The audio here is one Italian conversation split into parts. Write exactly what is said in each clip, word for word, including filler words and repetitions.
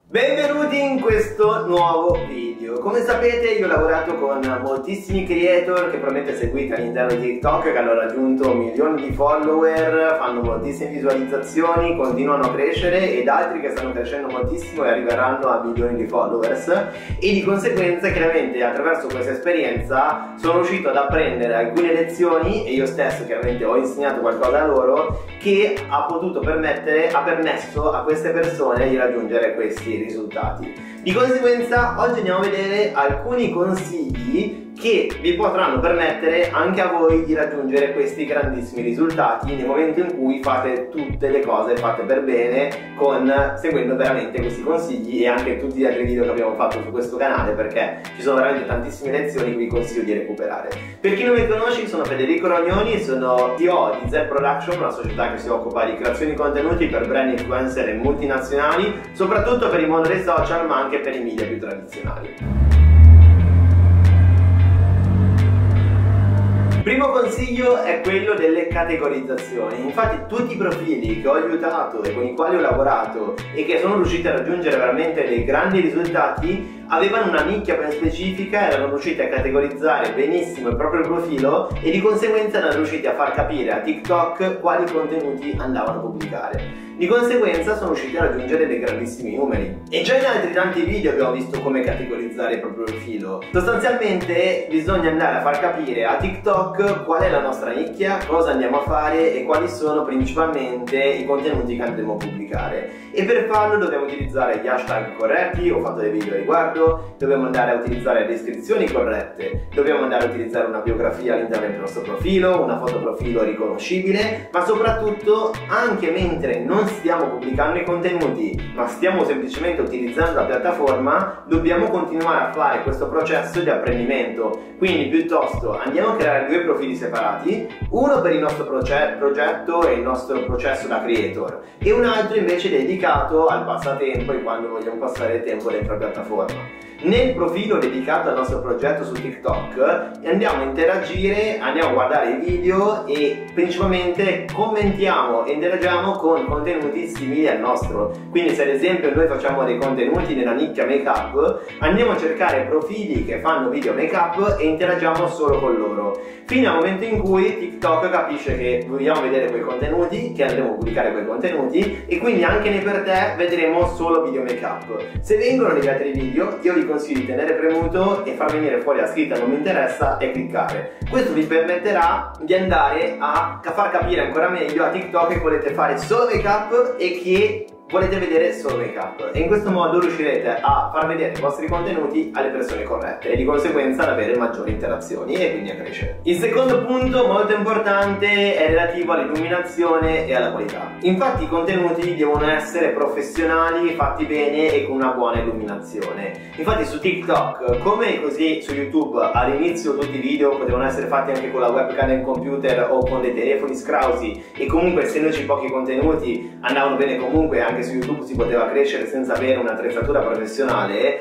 Benvenuti in questo nuovo video. Come sapete io ho lavorato con moltissimi creator che probabilmente seguite all'interno di TikTok, che hanno raggiunto milioni di follower, fanno moltissime visualizzazioni, continuano a crescere, ed altri che stanno crescendo moltissimo e arriveranno a milioni di followers, e di conseguenza chiaramente attraverso questa esperienza sono riuscito ad apprendere alcune lezioni, e io stesso chiaramente ho insegnato qualcosa a loro, che ha potuto permettere, ha permesso a queste persone di raggiungere questi risultati. Di conseguenza oggi andiamo a vedere alcuni consigli che vi potranno permettere anche a voi di raggiungere questi grandissimi risultati nel momento in cui fate tutte le cose fatte per bene, con seguendo veramente questi consigli e anche tutti gli altri video che abbiamo fatto su questo canale, perché ci sono veramente tantissime lezioni che vi consiglio di recuperare. Per chi non mi conosce, sono Federico Rognoni e sono C E O di Z Production, una società che si occupa di creazione di contenuti per brand influencer e multinazionali, soprattutto per il mondo dei social ma anche per i media più tradizionali. Il primo consiglio è quello delle categorizzazioni. Infatti tutti i profili che ho aiutato e con i quali ho lavorato e che sono riusciti a raggiungere veramente dei grandi risultati avevano una nicchia ben specifica, erano riusciti a categorizzare benissimo il proprio profilo e di conseguenza erano riusciti a far capire a TikTok quali contenuti andavano a pubblicare. Di conseguenza sono riusciti a raggiungere dei grandissimi numeri. E già in altri tanti video abbiamo visto come categorizzare il proprio profilo. Sostanzialmente bisogna andare a far capire a TikTok qual è la nostra nicchia, cosa andiamo a fare e quali sono principalmente i contenuti che andremo a pubblicare. E per farlo dobbiamo utilizzare gli hashtag corretti, ho fatto dei video a riguardo, dobbiamo andare a utilizzare le descrizioni corrette, dobbiamo andare a utilizzare una biografia all'interno del nostro profilo, una foto profilo riconoscibile, ma soprattutto anche mentre non stiamo pubblicando i contenuti ma stiamo semplicemente utilizzando la piattaforma, dobbiamo continuare a fare questo processo di apprendimento. Quindi piuttosto andiamo a creare due profili separati, uno per il nostro progetto e il nostro processo da creator e un altro invece dedicato al passatempo e quando vogliamo passare tempo dentro la piattaforma. Nel profilo dedicato al nostro progetto su TikTok andiamo a interagire, andiamo a guardare i video e principalmente commentiamo e interagiamo con contenuti simili al nostro. Quindi se ad esempio noi facciamo dei contenuti nella nicchia make up, andiamo a cercare profili che fanno video make up e interagiamo solo con loro, fino al momento in cui TikTok capisce che vogliamo vedere quei contenuti, che andremo a pubblicare quei contenuti, e quindi anche noi per te vedremo solo video make up. Se vengono degli altri video io vi consiglio di tenere premuto e far venire fuori la scritta non mi interessa e cliccare. Questo vi permetterà di andare a far capire ancora meglio a TikTok che volete fare solo make up e che volete vedere solo make up, e in questo modo riuscirete a far vedere i vostri contenuti alle persone corrette e di conseguenza ad avere maggiori interazioni e quindi a crescere. Il secondo punto molto importante è relativo all'illuminazione e alla qualità. Infatti i contenuti devono essere professionali, fatti bene e con una buona illuminazione. Infatti su TikTok, come così su YouTube, all'inizio tutti i video potevano essere fatti anche con la webcam del computer o con dei telefoni scrausi, e comunque essendoci pochi contenuti andavano bene comunque, anche su YouTube si poteva crescere senza avere un'attrezzatura professionale.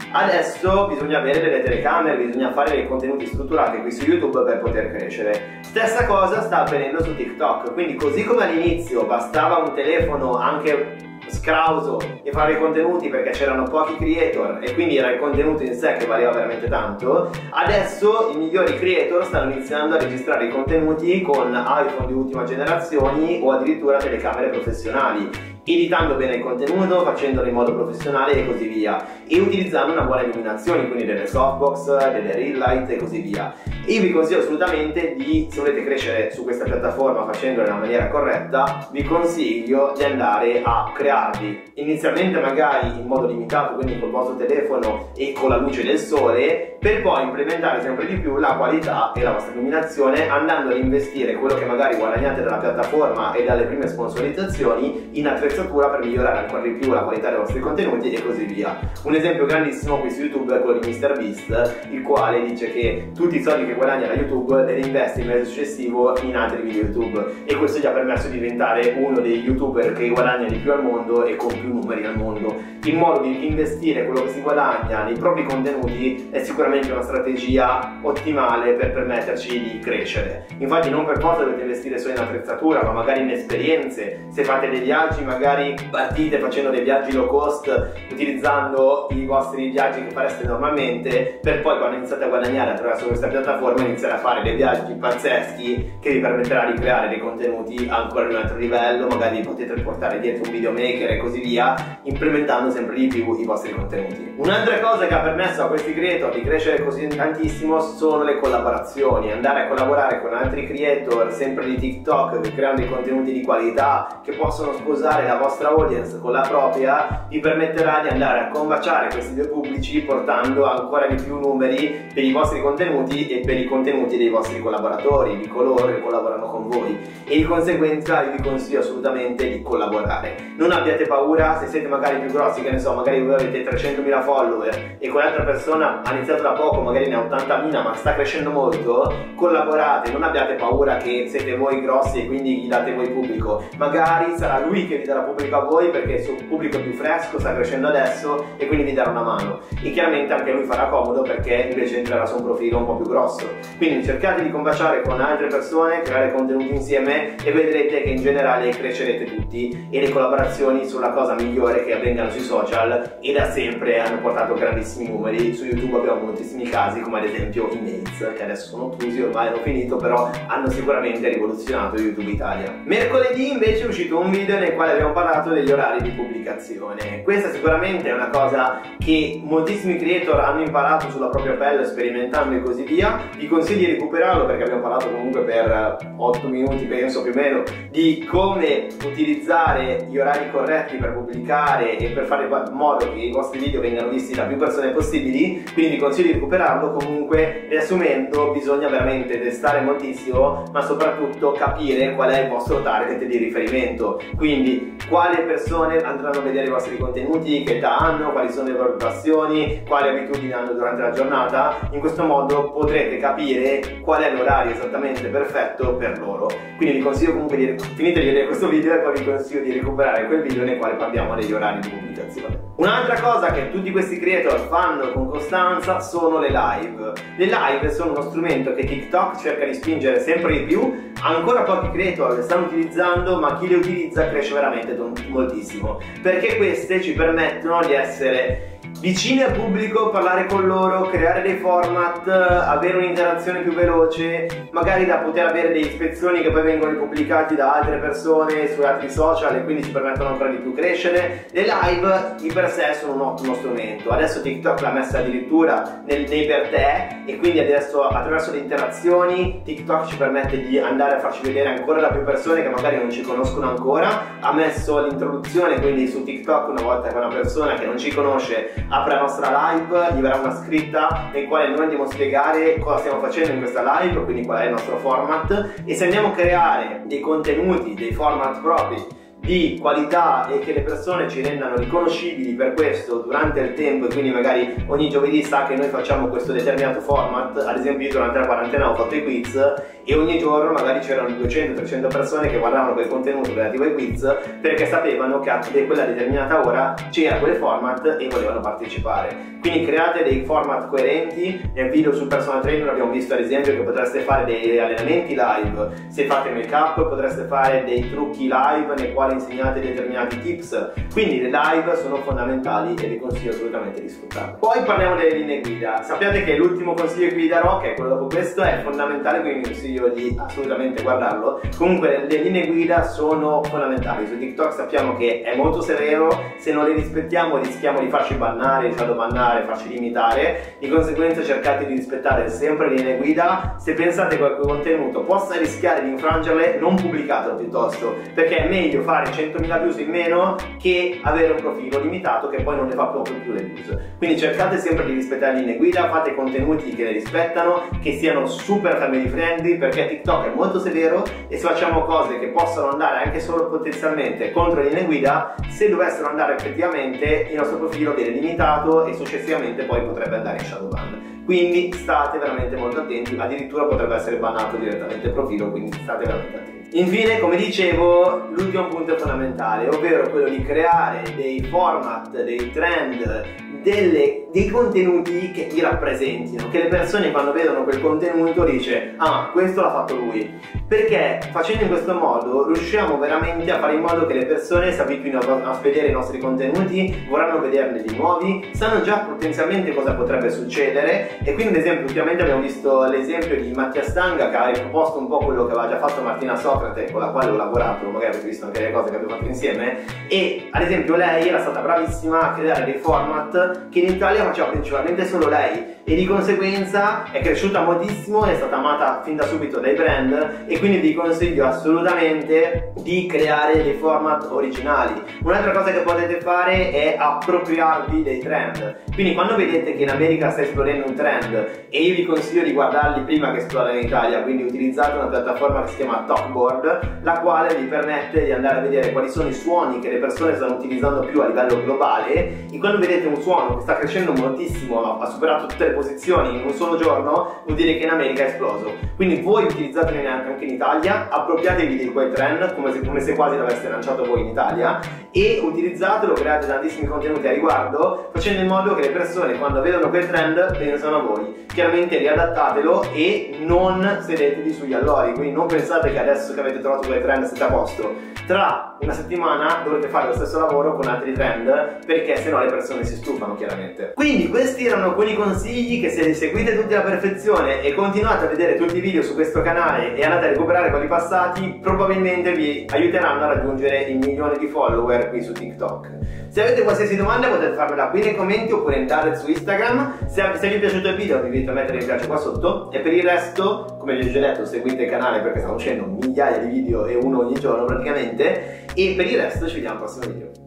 Adesso bisogna avere delle telecamere, bisogna fare dei contenuti strutturati qui su YouTube per poter crescere. Stessa cosa sta avvenendo su TikTok, quindi così come all'inizio bastava un telefono anche scrauso e fare i contenuti perché c'erano pochi creator e quindi era il contenuto in sé che valeva veramente tanto, adesso i migliori creator stanno iniziando a registrare i contenuti con iPhone di ultima generazione o addirittura telecamere professionali, editando bene il contenuto, facendolo in modo professionale e così via, e utilizzando una buona illuminazione, quindi delle softbox, delle ring light e così via. E io vi consiglio assolutamente di, se volete crescere su questa piattaforma facendolo nella maniera corretta, vi consiglio di andare a crearvi inizialmente magari in modo limitato, quindi col vostro telefono e con la luce del sole, per poi implementare sempre di più la qualità e la vostra illuminazione, andando ad investire quello che magari guadagnate dalla piattaforma e dalle prime sponsorizzazioni in attrezzatura per migliorare ancora di più la qualità dei vostri contenuti e così via. Un esempio grandissimo qui su YouTube è quello di MrBeast, il quale dice che tutti i soldi che guadagna da YouTube li reinveste in mese successivo in altri video YouTube, e questo gli ha permesso di diventare uno dei YouTuber che guadagna di più al mondo e con più numeri al mondo. Il modo di investire quello che si guadagna nei propri contenuti è sicuramente una strategia ottimale per permetterci di crescere. Infatti non per forza dovete investire solo in attrezzatura, ma magari in esperienze. Se fate dei viaggi magari magari partite facendo dei viaggi low cost utilizzando i vostri viaggi che fareste normalmente, per poi quando iniziate a guadagnare attraverso questa piattaforma iniziare a fare dei viaggi pazzeschi che vi permetterà di creare dei contenuti ancora di un altro livello, magari potete portare dietro un videomaker e così via, implementando sempre di più i vostri contenuti. Un'altra cosa che ha permesso a questi creator di crescere così tantissimo sono le collaborazioni, andare a collaborare con altri creator sempre di TikTok che creano dei contenuti di qualità, che possono sposare la vostra audience con la propria, vi permetterà di andare a combaciare questi due pubblici portando ancora di più numeri per i vostri contenuti e per i contenuti dei vostri collaboratori, di coloro che collaborano con voi, e di conseguenza io vi consiglio assolutamente di collaborare. Non abbiate paura, se siete magari più grossi, che ne so, magari voi avete trecentomila follower e quell'altra persona ha iniziato da poco, magari ne ha ottantamila ma sta crescendo molto, collaborate, non abbiate paura che siete voi grossi e quindi gli date voi pubblico, magari sarà lui che vi darà pubblico a voi perché il suo pubblico è più fresco, sta crescendo adesso e quindi vi darà una mano, e chiaramente anche lui farà comodo perché invece entrerà su un profilo un po' più grosso. Quindi cercate di combaciare con altre persone, creare contenuti insieme e vedrete che in generale crescerete tutti, e le collaborazioni sono la cosa migliore che avvengano sui social e da sempre hanno portato grandissimi numeri. Su YouTube abbiamo moltissimi casi, come ad esempio i Mates, che adesso sono chiusi, ormai hanno finito, però hanno sicuramente rivoluzionato YouTube Italia. Mercoledì invece è uscito un video nel quale abbiamo parlato degli orari di pubblicazione. Questa sicuramente è una cosa che moltissimi creator hanno imparato sulla propria pelle sperimentando e così via. Vi consiglio di recuperarlo perché abbiamo parlato comunque per otto minuti penso più o meno di come utilizzare gli orari corretti per pubblicare e per fare in modo che i vostri video vengano visti da più persone possibili, quindi vi consiglio di recuperarlo. Comunque, riassumendo, bisogna veramente testare moltissimo, ma soprattutto capire qual è il vostro target di riferimento, quindi quali persone andranno a vedere i vostri contenuti, che età hanno, quali sono le loro passioni, quali abitudini hanno durante la giornata. In questo modo potrete capire qual è l'orario esattamente perfetto per loro. Quindi vi consiglio comunque di finite di vedere questo video e poi vi consiglio di recuperare quel video nel quale parliamo degli orari di pubblicazione. Un'altra cosa che tutti questi creator fanno con costanza sono le live. Le live sono uno strumento che TikTok cerca di spingere sempre di più, ancora pochi creator le stanno utilizzando, ma chi le utilizza cresce veramente moltissimo, perché queste ci permettono di essere vicini al pubblico, parlare con loro, creare dei format, avere un'interazione più veloce, magari da poter avere delle ispezioni che poi vengono pubblicati da altre persone su altri social e quindi ci permettono ancora di più crescere. Le live di per sé sono un ottimo strumento, adesso TikTok l'ha messa addirittura nel, nei per te, e quindi adesso attraverso le interazioni TikTok ci permette di andare a farci vedere ancora da più persone che magari non ci conoscono ancora. Ha messo l'introduzione, quindi su TikTok una volta che una persona che non ci conosce apre la nostra live, gli verrà una scritta nel quale noi andiamo a spiegare cosa stiamo facendo in questa live, quindi qual è il nostro format, e se andiamo a creare dei contenuti, dei format propri di qualità e che le persone ci rendano riconoscibili per questo durante il tempo, e quindi magari ogni giovedì sa che noi facciamo questo determinato format. Ad esempio io durante la quarantena ho fatto i quiz e ogni giorno magari c'erano duecento trecento persone che guardavano quel contenuto relativo ai quiz perché sapevano che a quella determinata ora c'era quel format e volevano partecipare. Quindi create dei format coerenti. Nel video sul personal trainer abbiamo visto ad esempio che potreste fare dei allenamenti live, se fate make up potreste fare dei trucchi live nei quali insegnate determinati tips, quindi le live sono fondamentali e vi consiglio assolutamente di sfruttarle. Poi parliamo delle linee guida. Sappiate che l'ultimo consiglio che vi darò, che è quello dopo questo, è fondamentale, quindi vi consiglio di assolutamente guardarlo. Comunque le linee guida sono fondamentali. Su TikTok sappiamo che è molto severo, se non le rispettiamo rischiamo di farci bannare, di shadowbannare, farci limitare. Di conseguenza cercate di rispettare sempre le linee guida. Se pensate che quel contenuto possa rischiare di infrangerle, non pubblicatelo piuttosto, perché è meglio fare centomila views in meno che avere un profilo limitato che poi non ne fa proprio più le views. Quindi cercate sempre di rispettare le linee guida, fate contenuti che le rispettano, che siano super family friendly, perché TikTok è molto severo e se facciamo cose che possono andare anche solo potenzialmente contro le linee guida, se dovessero andare effettivamente il nostro profilo viene limitato e successivamente poi potrebbe andare in shadow ban. Quindi state veramente molto attenti, addirittura potrebbe essere bannato direttamente il profilo, quindi state veramente attenti. Infine, come dicevo, l'ultimo punto è fondamentale, ovvero quello di creare dei format, dei trend, delle, dei contenuti che ti rappresentino, che le persone quando vedono quel contenuto dice ah, questo l'ha fatto lui, perché facendo in questo modo riusciamo veramente a fare in modo che le persone si abituino a, a vedere i nostri contenuti, vorranno vederne di nuovi, sanno già potenzialmente cosa potrebbe succedere. E quindi ad esempio ultimamente abbiamo visto l'esempio di Mattia Stanga che ha riproposto un po' quello che aveva già fatto Martina Socrate, con la quale ho lavorato, magari avete visto anche le cose che abbiamo fatto insieme, e ad esempio lei era stata bravissima a creare dei format che in Italia faceva principalmente solo lei, e di conseguenza è cresciuta moltissimo, è stata amata fin da subito dai brand, e quindi vi consiglio assolutamente di creare dei format originali. Un'altra cosa che potete fare è appropriarvi dei trend, quindi quando vedete che in America sta esplodendo un trend, e io vi consiglio di guardarli prima che esploda in Italia, quindi utilizzate una piattaforma che si chiama Talkboard, la quale vi permette di andare a vedere quali sono i suoni che le persone stanno utilizzando più a livello globale, e quando vedete un suono che sta crescendo moltissimo, ha superato tutte le posizioni in un solo giorno, vuol dire che in America è esploso. Quindi voi utilizzateli anche in Italia, appropriatevi di quei trend come se, come se quasi l'aveste lanciato voi in Italia, e utilizzatelo, create tantissimi contenuti a riguardo, facendo in modo che le persone quando vedono quel trend pensano a voi. Chiaramente riadattatelo e non sedetevi sugli allori, quindi non pensate che adesso che avete trovato quel trend siete a posto. Tra una settimana dovrete fare lo stesso lavoro con altri trend, perché sennò le persone si stufano chiaramente. Quindi questi erano alcuni consigli che, se li seguite tutti alla perfezione e continuate a vedere tutti i video su questo canale e andate a recuperare quelli passati, probabilmente vi aiuteranno a raggiungere il milione di follower qui su TikTok. Se avete qualsiasi domanda potete farmela qui nei commenti oppure in direct su Instagram. Se, se vi è piaciuto il video vi invito a mettere mi piace qua sotto, e per il resto, come vi ho già detto, seguite il canale perché stanno uscendo migliaia di video e uno ogni giorno praticamente, e per il resto ci vediamo al prossimo video.